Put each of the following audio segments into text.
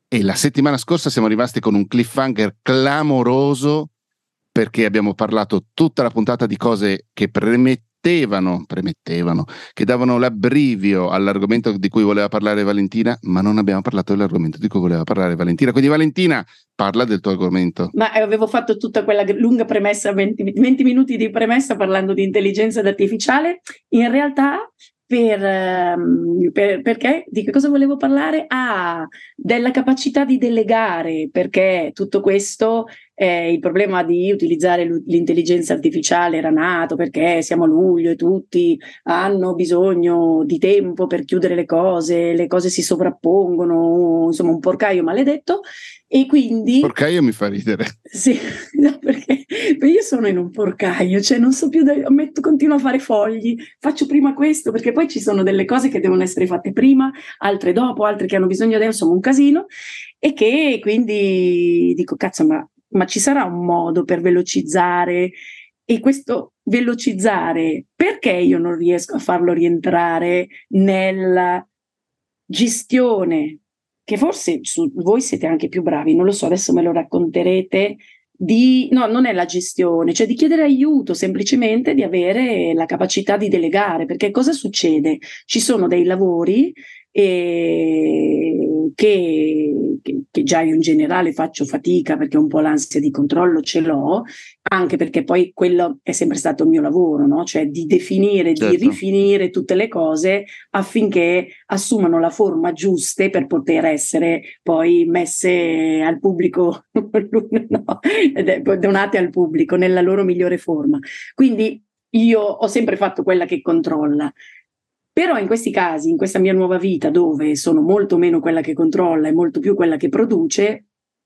E la settimana scorsa siamo rimasti con un cliffhanger clamoroso, perché abbiamo parlato tutta la puntata di cose che premettevano, che davano l'abbrivio all'argomento di cui voleva parlare Valentina, ma non abbiamo parlato dell'argomento di cui voleva parlare Valentina. Quindi Valentina, parla del tuo argomento. Ma avevo fatto tutta quella lunga premessa, 20 minuti di premessa parlando di intelligenza artificiale. In realtà perché di che cosa volevo parlare? Della capacità di delegare, perché tutto questo, il problema di utilizzare l'intelligenza artificiale era nato perché siamo a luglio e tutti hanno bisogno di tempo per chiudere le cose si sovrappongono, insomma un porcaio maledetto. E quindi porcaio mi fa ridere. Sì, no, perché io sono in un porcaio, cioè non so più, continuo a fare fogli, faccio prima questo perché poi ci sono delle cose che devono essere fatte prima, altre dopo, altre che hanno bisogno adesso, insomma un casino, e che quindi dico cazzo, ma ci sarà un modo per velocizzare, e questo velocizzare perché io non riesco a farlo rientrare nella gestione, che forse voi siete anche più bravi, non lo so, adesso me lo racconterete, no, non è la gestione, cioè di chiedere aiuto, semplicemente di avere la capacità di delegare, perché cosa succede? Ci sono dei lavori che già io in generale faccio fatica perché un po' l'ansia di controllo ce l'ho, anche perché poi quello è sempre stato il mio lavoro, no? Cioè di definire, certo, di rifinire tutte le cose affinché assumano la forma giuste per poter essere poi messe al pubblico, no, donate al pubblico nella loro migliore forma. Quindi io ho sempre fatto quella che controlla. Però in questi casi, in questa mia nuova vita, dove sono molto meno quella che controlla e molto più quella che produce,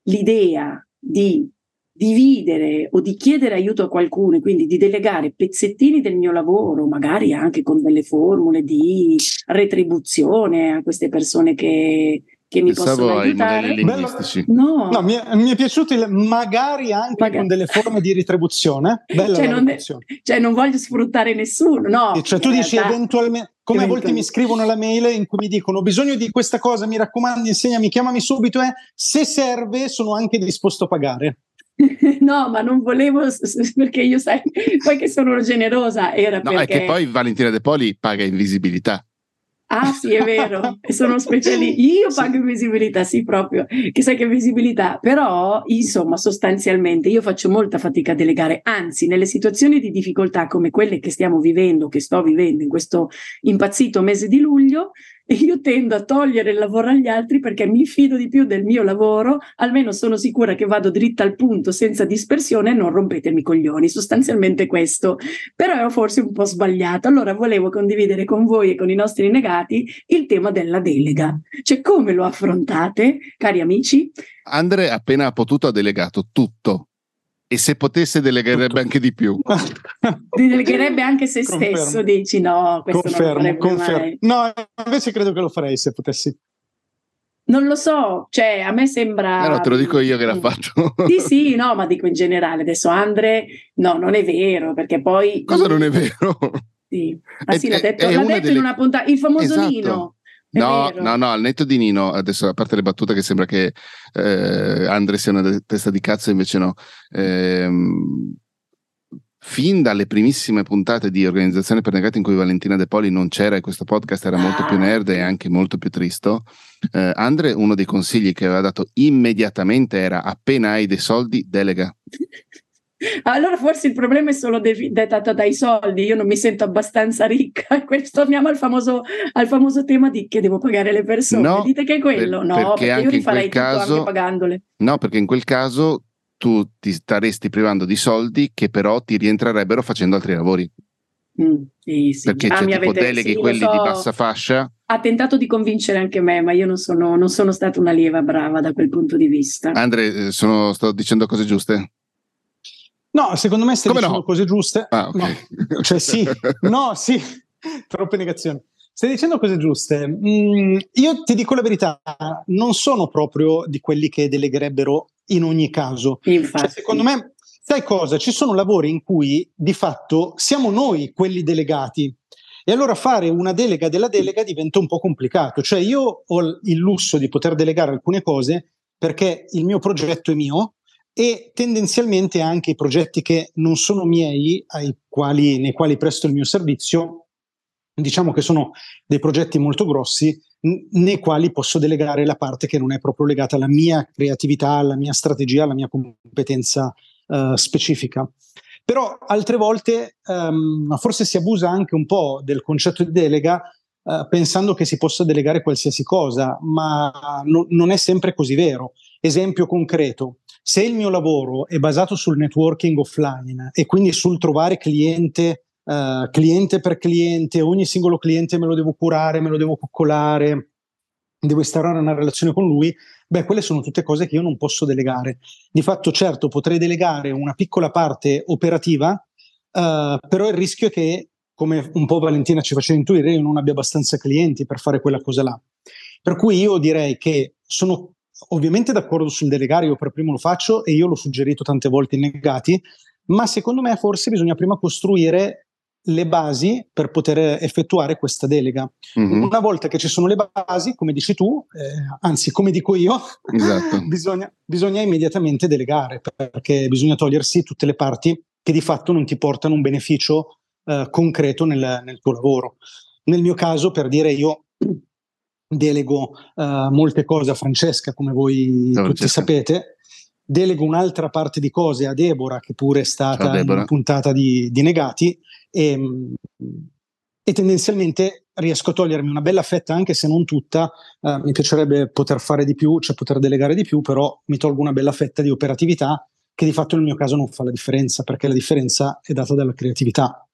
l'idea di dividere o di chiedere aiuto a qualcuno, quindi di delegare pezzettini del mio lavoro, magari anche con delle formule di retribuzione a queste persone che mi possono aiutare. Ai modelli linguistici. No, mi è piaciuto il magari anche con delle forme di retribuzione. Bella cioè non voglio sfruttare nessuno, no. Cioè tu dici eventualmente, come a volte mi scrivono la mail in cui mi dicono ho bisogno di questa cosa, mi raccomando, insegnami, chiamami subito, se serve sono anche disposto a pagare. No, ma non volevo, perché io sai, poi che sono generosa, era perché... è che poi Valentina De Poli paga invisibilità. Ah sì, è vero, sono speciali. Io pago invisibilità, sì, proprio, che sai che visibilità, però insomma sostanzialmente io faccio molta fatica a delegare, anzi nelle situazioni di difficoltà come quelle che stiamo vivendo, che sto vivendo in questo impazzito mese di luglio, io tendo a togliere il lavoro agli altri perché mi fido di più del mio lavoro, almeno sono sicura che vado dritta al punto senza dispersione e non rompetemi i coglioni, sostanzialmente questo, però ero forse un po' sbagliato. Allora volevo condividere con voi e con i nostri negati il tema della delega, cioè come lo affrontate, cari amici? Andre appena ha potuto ha delegato tutto. E se potesse delegherebbe anche di più. Delegherebbe anche se stesso, dici no, questo non lo farebbe mai. No, invece credo che lo farei se potessi. Non lo so, cioè a me sembra... No, te lo dico io che l'ha fatto. Sì, no, ma dico in generale. Adesso Andre, no, non è vero, perché poi... Cosa non è vero? Sì, sì, l'ha detto in una puntata, il famoso esatto. Nino. No, al netto di Nino, adesso a parte le battute che sembra che Andre sia una testa di cazzo, invece no. Fin dalle primissime puntate di Organizzazione per Negati in cui Valentina De Poli non c'era e questo podcast era molto più nerd e anche molto più tristo, Andre, uno dei consigli che aveva dato immediatamente era: appena hai dei soldi, delega. Allora forse il problema è solo dettato dai soldi, io non mi sento abbastanza ricca. Torniamo al famoso tema di che devo pagare le persone. No, dite che è quello? No, perché io rifarei tutto anche pagandole. No, perché in quel caso tu ti staresti privando di soldi che però ti rientrerebbero facendo altri lavori. Sì. Perché c'è tipo deleghi quelli di bassa fascia. Ha tentato di convincere anche me, ma io non sono stata una lieva brava da quel punto di vista. Andre, sto dicendo cose giuste? No, secondo me stai dicendo cose giuste. Okay. No. Cioè sì, troppe negazioni. Stai dicendo cose giuste. Io ti dico la verità, non sono proprio di quelli che delegherebbero in ogni caso. Infatti. Cioè, secondo me, sai cosa? Ci sono lavori in cui di fatto siamo noi quelli delegati. E allora fare una delega della delega diventa un po' complicato. Cioè io ho il lusso di poter delegare alcune cose perché il mio progetto è mio e tendenzialmente anche i progetti che non sono miei, nei quali presto il mio servizio, diciamo che sono dei progetti molto grossi, nei quali posso delegare la parte che non è proprio legata alla mia creatività, alla mia strategia, alla mia competenza specifica. Però altre volte forse si abusa anche un po' del concetto di delega pensando che si possa delegare qualsiasi cosa, ma non è sempre così vero. Esempio concreto: se il mio lavoro è basato sul networking offline e quindi sul trovare cliente per cliente, ogni singolo cliente me lo devo curare, me lo devo coccolare, devo instaurare una relazione con lui, quelle sono tutte cose che io non posso delegare. Di fatto, certo, potrei delegare una piccola parte operativa, però il rischio è che, come un po' Valentina ci faceva intuire, io non abbia abbastanza clienti per fare quella cosa là. Per cui io direi che sono ovviamente d'accordo sul delegare, io per primo lo faccio e io l'ho suggerito tante volte in Negati, ma secondo me forse bisogna prima costruire le basi per poter effettuare questa delega. Mm-hmm. Una volta che ci sono le basi, come dici tu, anzi come dico io, esatto. bisogna immediatamente delegare, perché bisogna togliersi tutte le parti che di fatto non ti portano un beneficio concreto nel tuo lavoro. Nel mio caso, per dire, io delego molte cose a Francesca, come voi tutti sapete. Delego un'altra parte di cose a Deborah, che pure è stata in una puntata di Negati, e tendenzialmente riesco a togliermi una bella fetta, anche se non tutta. Mi piacerebbe poter fare di più, cioè poter delegare di più, però mi tolgo una bella fetta di operatività che di fatto nel mio caso non fa la differenza, perché la differenza è data dalla creatività.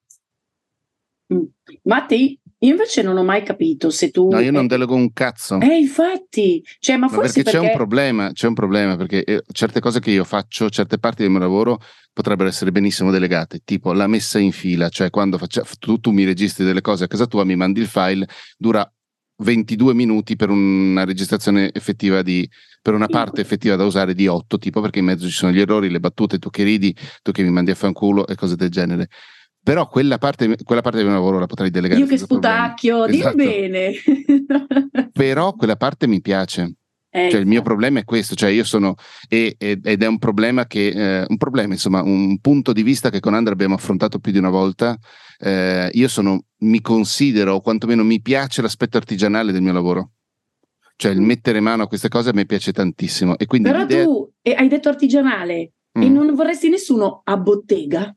Matti, io invece non ho mai capito se tu... No, io non delego un cazzo. Infatti, cioè, ma forse perché c'è un problema, perché certe cose che io faccio, certe parti del mio lavoro potrebbero essere benissimo delegate, tipo la messa in fila, cioè quando tu mi registri delle cose a casa tua, mi mandi il file, dura 22 minuti per una registrazione effettiva per una parte effettiva da usare di 8, tipo perché in mezzo ci sono gli errori, le battute, tu che ridi, tu che mi mandi a fanculo e cose del genere. Però quella parte del mio lavoro la potrei delegare. Io che sputacchio, esatto. Dio bene. Però quella parte mi piace. Cioè il mio problema è questo, cioè io sono ed è un problema insomma, un punto di vista che con Andrea abbiamo affrontato più di una volta. Mi considero, o quantomeno mi piace l'aspetto artigianale del mio lavoro, cioè il mettere mano a queste cose a me piace tantissimo. E quindi però tu hai detto artigianale e non vorresti nessuno a bottega?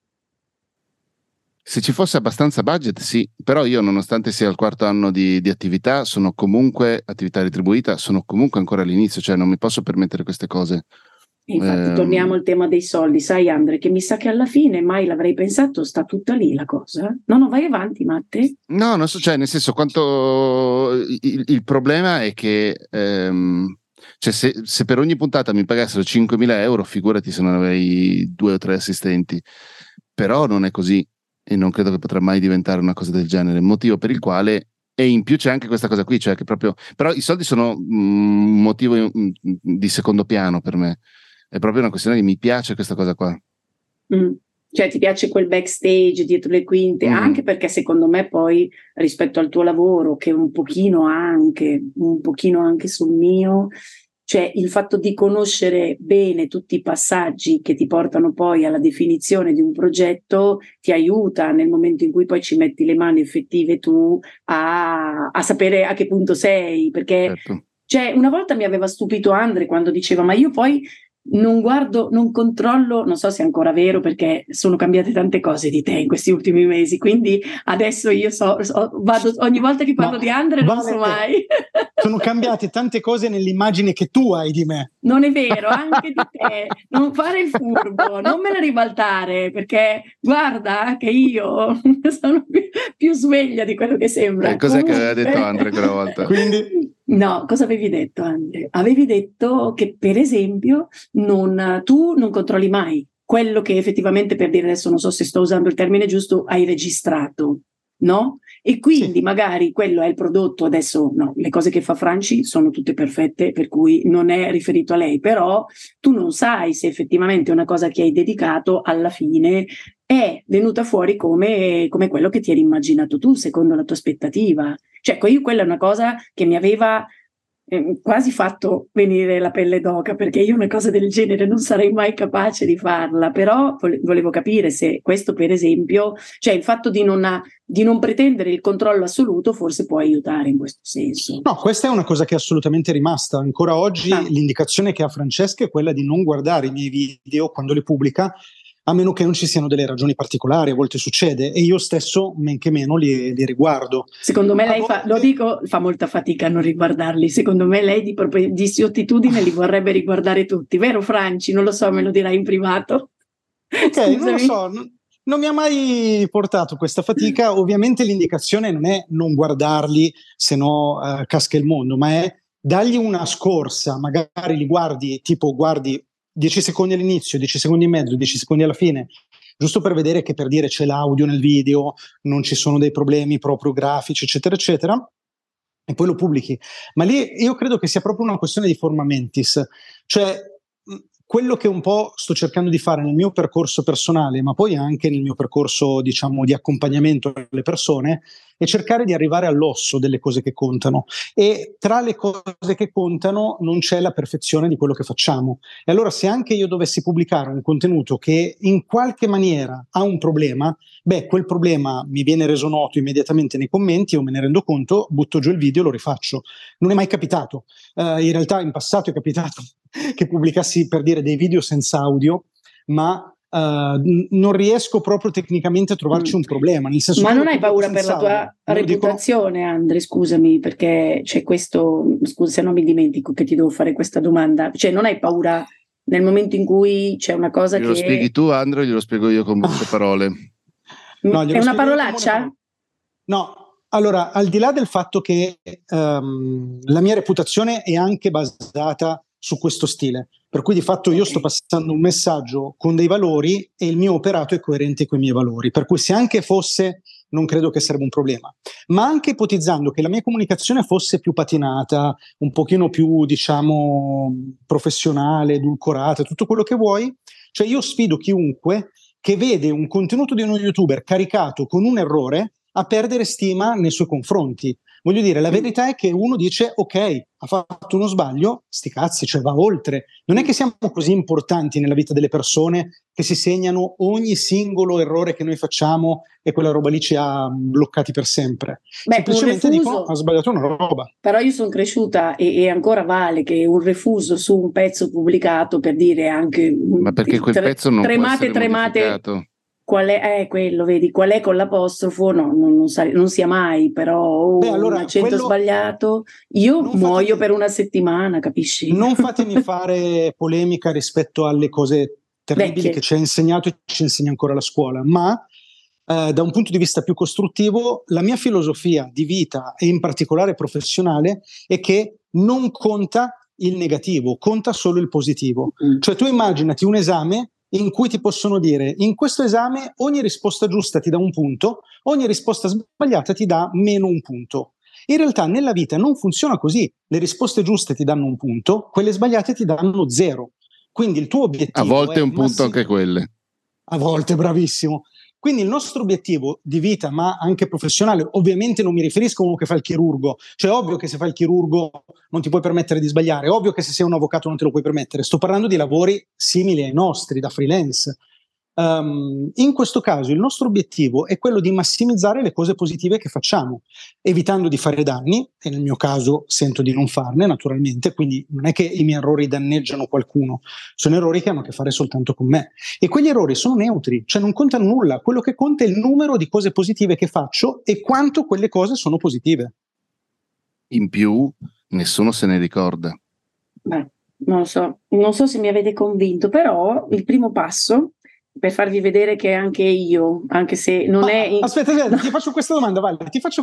Se ci fosse abbastanza budget, sì, però io, nonostante sia al 4º anno di attività, sono comunque attività retribuita, sono comunque ancora all'inizio, cioè non mi posso permettere queste cose. Infatti torniamo al tema dei soldi, sai Andre, che mi sa che alla fine, mai l'avrei pensato, sta tutta lì la cosa. No, vai avanti, Matte. No, non so, cioè nel senso il problema è che cioè se per ogni puntata mi pagassero 5.000 euro, figurati se non avrei 2 o 3 assistenti, però non è così. E non credo che potrà mai diventare una cosa del genere, motivo per il quale, e in più c'è anche questa cosa qui, cioè che proprio, però i soldi sono un motivo di secondo piano per me, è proprio una questione che mi piace questa cosa qua. Cioè ti piace quel backstage dietro le quinte, anche perché secondo me poi rispetto al tuo lavoro, che è un pochino anche sul mio, cioè il fatto di conoscere bene tutti i passaggi che ti portano poi alla definizione di un progetto ti aiuta nel momento in cui poi ci metti le mani effettive tu a sapere a che punto sei, perché certo. Cioè una volta mi aveva stupito Andre quando diceva ma io poi non guardo, non controllo, non so se è ancora vero perché sono cambiate tante cose di te in questi ultimi mesi, quindi adesso io vado ogni volta che parlo di Andre non so mai. Sono cambiate tante cose nell'immagine che tu hai di me. Non è vero, anche di te, non fare il furbo, non me la ribaltare perché guarda che io sono più sveglia di quello che sembra. Cos'è che aveva detto Andre quella volta? Quindi... No, cosa avevi detto Andre? Avevi detto che per esempio tu non controlli mai quello che effettivamente, per dire adesso non so se sto usando il termine giusto, hai registrato. no? E quindi Sì. magari quello è il prodotto, adesso no, le cose che fa Franci sono tutte perfette, per cui non è riferito a lei, però tu non sai se effettivamente una cosa che hai dedicato alla fine è venuta fuori come quello che ti eri immaginato tu, secondo la tua aspettativa. Cioè, quella è una cosa che mi aveva quasi fatto venire la pelle d'oca, perché io una cosa del genere non sarei mai capace di farla, però volevo capire se questo, per esempio, cioè il fatto di non pretendere il controllo assoluto forse può aiutare in questo senso. No, questa è una cosa che è assolutamente rimasta. Ancora oggi l'indicazione che ha Francesca è quella di non guardare i miei video quando li pubblica, a meno che non ci siano delle ragioni particolari, a volte succede, e io stesso men che meno li riguardo. Secondo me lei fa molta fatica a non riguardarli, secondo me lei di attitudine li vorrebbe riguardare tutti, vero Franci? Non lo so, me lo dirai in privato. Ok, scusami. Non lo so, non mi ha mai portato questa fatica. Ovviamente l'indicazione non è non guardarli, se no casca il mondo, ma è dargli una scorsa, magari li guardi, tipo guardi 10 secondi all'inizio, 10 secondi e mezzo, 10 secondi alla fine, giusto per vedere che, per dire, c'è l'audio nel video, non ci sono dei problemi proprio grafici, eccetera, eccetera, e poi lo pubblichi. Ma lì io credo che sia proprio una questione di forma mentis, cioè quello che un po' sto cercando di fare nel mio percorso personale, ma poi anche nel mio percorso, diciamo, di accompagnamento alle persone, è cercare di arrivare all'osso delle cose che contano. E tra le cose che contano non c'è la perfezione di quello che facciamo. E allora, se anche io dovessi pubblicare un contenuto che in qualche maniera ha un problema, quel problema mi viene reso noto immediatamente nei commenti, io me ne rendo conto, butto giù il video e lo rifaccio. Non è mai capitato. In realtà in passato è capitato che pubblicassi, per dire, dei video senza audio, ma non riesco proprio tecnicamente a trovarci un problema. Nel senso, ma non hai paura per la tua reputazione, Andre? Scusami, perché c'è questo, scusa se non mi dimentico che ti devo fare questa domanda, cioè non hai paura nel momento in cui c'è una cosa glielo spieghi tu, Andre, o glielo spiego io con molte parole? No, è una parolaccia? No, allora, al di là del fatto che la mia reputazione è anche basata su questo stile, per cui di fatto io sto passando un messaggio con dei valori e il mio operato è coerente con i miei valori, per cui se anche fosse, non credo che sarebbe un problema, ma anche ipotizzando che la mia comunicazione fosse più patinata, un pochino più, diciamo, professionale, edulcorata, tutto quello che vuoi, cioè io sfido chiunque che vede un contenuto di uno youtuber caricato con un errore a perdere stima nei suoi confronti. Voglio dire, la verità è che uno dice ok, ha fatto uno sbaglio, sti cazzi, cioè va oltre. Non è che siamo così importanti nella vita delle persone che si segnano ogni singolo errore che noi facciamo e quella roba lì ci ha bloccati per sempre. Semplicemente dicono ha sbagliato una roba. Però io sono cresciuta e ancora vale che un refuso su un pezzo pubblicato, per dire anche ma perché quel pezzo non può essere modificato? Qual è quello, vedi, qual è con l'apostrofo? No, non sia mai, però allora, un accento sbagliato, io muoio per una settimana, capisci? Non fatemi fare polemica rispetto alle cose terribili che ci ha insegnato e ci insegna ancora la scuola, ma da un punto di vista più costruttivo, la mia filosofia di vita e in particolare professionale è che non conta il negativo, conta solo il positivo. Cioè tu immaginati un esame in cui ti possono dire in questo esame ogni risposta giusta ti dà un punto, ogni risposta sbagliata ti dà meno un punto. In realtà nella vita non funziona così, le risposte giuste ti danno un punto, quelle sbagliate ti danno 0. Quindi il tuo obiettivo a volte è un punto anche quelle. A volte, bravissimo. Quindi il nostro obiettivo di vita, ma anche professionale, ovviamente non mi riferisco a uno che fa il chirurgo, cioè ovvio che se fai il chirurgo non ti puoi permettere di sbagliare, ovvio che se sei un avvocato non te lo puoi permettere, sto parlando di lavori simili ai nostri, da freelance. In questo caso il nostro obiettivo è quello di massimizzare le cose positive che facciamo, evitando di fare danni, e nel mio caso sento di non farne naturalmente, quindi non è che i miei errori danneggiano qualcuno, sono errori che hanno a che fare soltanto con me, e quegli errori sono neutri, cioè non contano nulla, quello che conta è il numero di cose positive che faccio e quanto quelle cose sono positive. In più nessuno se ne ricorda. Non so se mi avete convinto, però il primo passo per farvi vedere che anche io, anche se non è... Aspetta, no. Ti faccio questa domanda, Vale,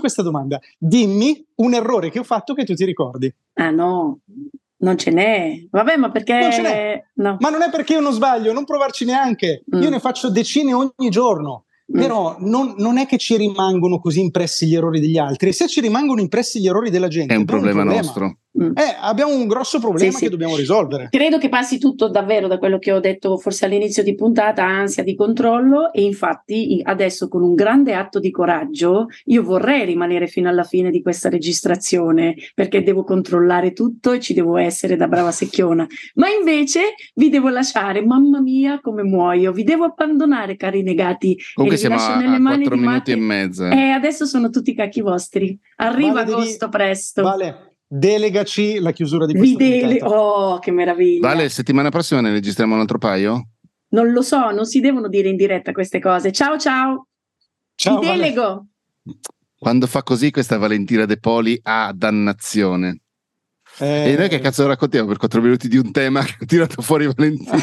dimmi un errore che ho fatto che tu ti ricordi. Ah no, non ce n'è. Vabbè, ma perché... Non ce n'è. No. Ma non è perché io non sbaglio, non provarci neanche. Io ne faccio decine ogni giorno. Però non è che ci rimangono così impressi gli errori degli altri, e se ci rimangono impressi gli errori della gente è un problema nostro. Abbiamo un grosso problema Sì. che dobbiamo risolvere. Credo che passi tutto davvero da quello che ho detto forse all'inizio di puntata, ansia di controllo, e infatti adesso con un grande atto di coraggio io vorrei rimanere fino alla fine di questa registrazione, perché devo controllare tutto e ci devo essere da brava secchiona, ma invece vi devo lasciare, mamma mia come muoio, vi devo abbandonare cari negati. Comunque e vi siamo lascio a nelle mani 4 di minuti Matte. e mezzo. Adesso sono tutti i cacchi vostri, arriva agosto presto. Vale, delegaci la chiusura di questa puntata. Oh, che meraviglia. Vale, settimana prossima ne registriamo un altro paio? Non lo so, non si devono dire in diretta queste cose. Ciao. Ti delego. Quando fa così questa Valentina De Poli, dannazione. E noi che cazzo raccontiamo per 4 minuti di un tema che ha tirato fuori Valentina?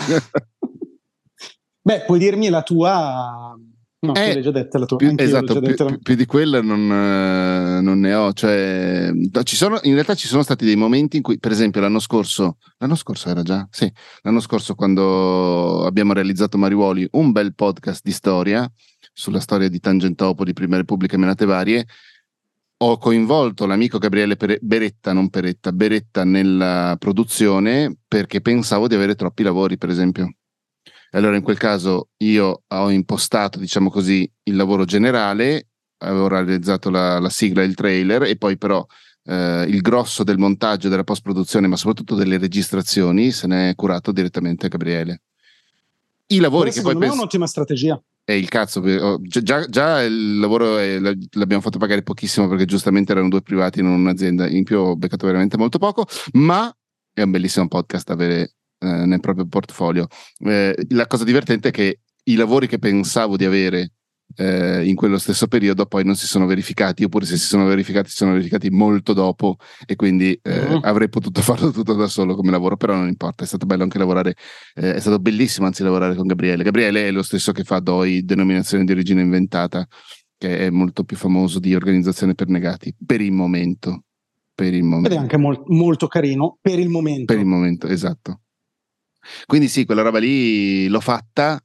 Beh, puoi dirmi la tua... No, tu l'hai già detta la tua. Esatto, più di quella non ne ho. Cioè, in realtà ci sono stati dei momenti in cui, per esempio, l'anno scorso era già? Sì, l'anno scorso quando abbiamo realizzato Mariuoli, un bel podcast di storia, sulla storia di Tangentopoli, Prima Repubblica e Menate Varie, ho coinvolto l'amico Gabriele Beretta nella produzione perché pensavo di avere troppi lavori, per esempio. Allora in quel caso io ho impostato, diciamo così, il lavoro generale, avevo realizzato la sigla e il trailer, e poi però il grosso del montaggio, della post-produzione, ma soprattutto delle registrazioni, se ne è curato direttamente Gabriele. I lavori che poi secondo me è un'ottima strategia. È il cazzo, già il lavoro l'abbiamo fatto pagare pochissimo perché giustamente erano 2 privati, non un'azienda, in più ho beccato veramente molto poco, ma è un bellissimo podcast da avere nel proprio portfolio. La cosa divertente è che i lavori che pensavo di avere in quello stesso periodo poi non si sono verificati, oppure se si sono verificati molto dopo, e quindi avrei potuto farlo tutto da solo come lavoro, però non importa, è stato bello anche lavorare, è stato bellissimo anzi lavorare con Gabriele. Gabriele è lo stesso che fa DOI, denominazione di origine inventata, che è molto più famoso di Organizzazione per Negati per il momento. Ed è anche molto carino per il momento, esatto. Quindi sì, quella roba lì l'ho fatta,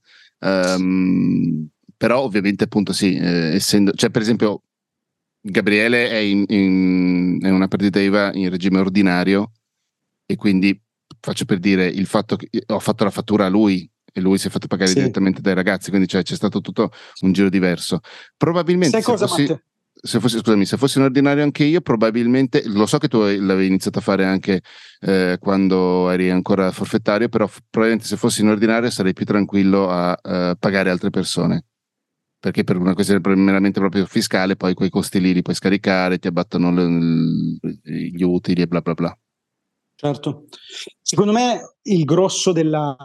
però ovviamente appunto sì, essendo, cioè per esempio Gabriele è in una partita IVA in regime ordinario, e quindi faccio per dire il fatto che ho fatto la fattura a lui e lui si è fatto pagare direttamente dai ragazzi, quindi cioè, c'è stato tutto un giro diverso. Probabilmente se fossi in ordinario anche io, probabilmente, lo so che tu l'avevi iniziato a fare anche quando eri ancora forfettario, però probabilmente se fossi in ordinario sarei più tranquillo a pagare altre persone, perché per una questione meramente proprio fiscale poi quei costi lì li puoi scaricare, ti abbattono gli utili e bla bla bla. Certo. Secondo me il grosso della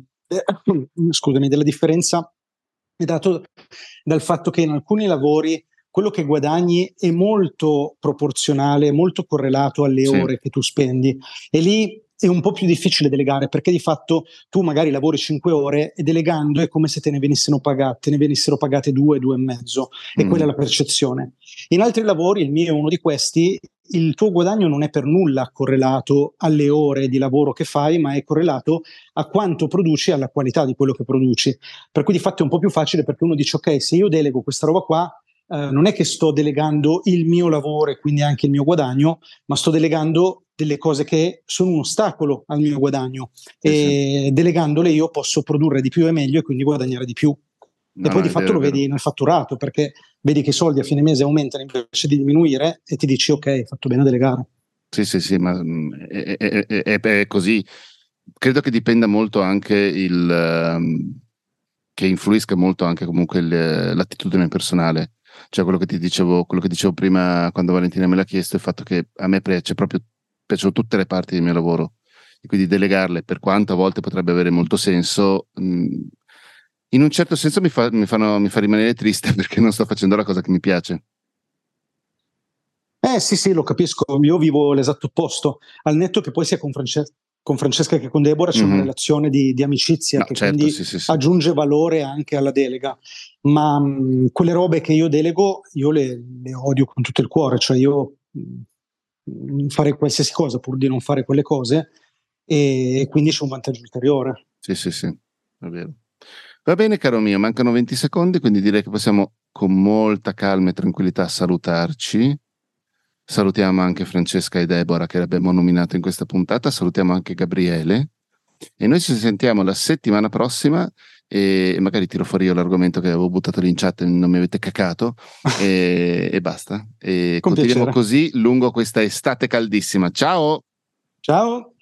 differenza è dato dal fatto che in alcuni lavori quello che guadagni è molto proporzionale, molto correlato alle ore che tu spendi, e lì è un po' più difficile delegare, perché di fatto tu magari lavori 5 ore e delegando è come se te ne venissero pagate 2 e mezzo, e quella è la percezione. In altri lavori, il mio è uno di questi, il tuo guadagno non è per nulla correlato alle ore di lavoro che fai, ma è correlato a quanto produci e alla qualità di quello che produci. Per cui di fatto è un po' più facile, perché uno dice ok, se io delego questa roba qua, non è che sto delegando il mio lavoro e quindi anche il mio guadagno, ma sto delegando delle cose che sono un ostacolo al mio guadagno, e delegandole io posso produrre di più e meglio e quindi guadagnare di più. E poi di fatto lo vedi nel fatturato, perché vedi che i soldi a fine mese aumentano invece di diminuire e ti dici ok, hai fatto bene a delegare. Sì, ma è così. Credo che dipenda molto anche che influisca molto anche comunque l'attitudine personale. Cioè quello che dicevo prima quando Valentina me l'ha chiesto, il fatto che a me piacciono tutte le parti del mio lavoro, e quindi delegarle, per quanto a volte potrebbe avere molto senso, in un certo senso mi fa rimanere triste perché non sto facendo la cosa che mi piace. Sì, lo capisco, io vivo l'esatto opposto, al netto che poi sia con Francesca che con Deborah c'è una relazione di amicizia che quindi aggiunge valore anche alla delega, ma quelle robe che io delego io le odio con tutto il cuore, cioè io farei qualsiasi cosa pur di non fare quelle cose, e quindi c'è un vantaggio ulteriore. Sì, è vero. Va bene, caro mio, mancano 20 secondi, quindi direi che possiamo con molta calma e tranquillità salutarci. Salutiamo anche Francesca e Deborah che abbiamo nominato in questa puntata, salutiamo anche Gabriele e noi ci sentiamo la settimana prossima e magari tiro fuori io l'argomento che avevo buttato lì in chat e non mi avete cacato e basta. E Con continuiamo piacere. così lungo questa estate caldissima. Ciao! Ciao!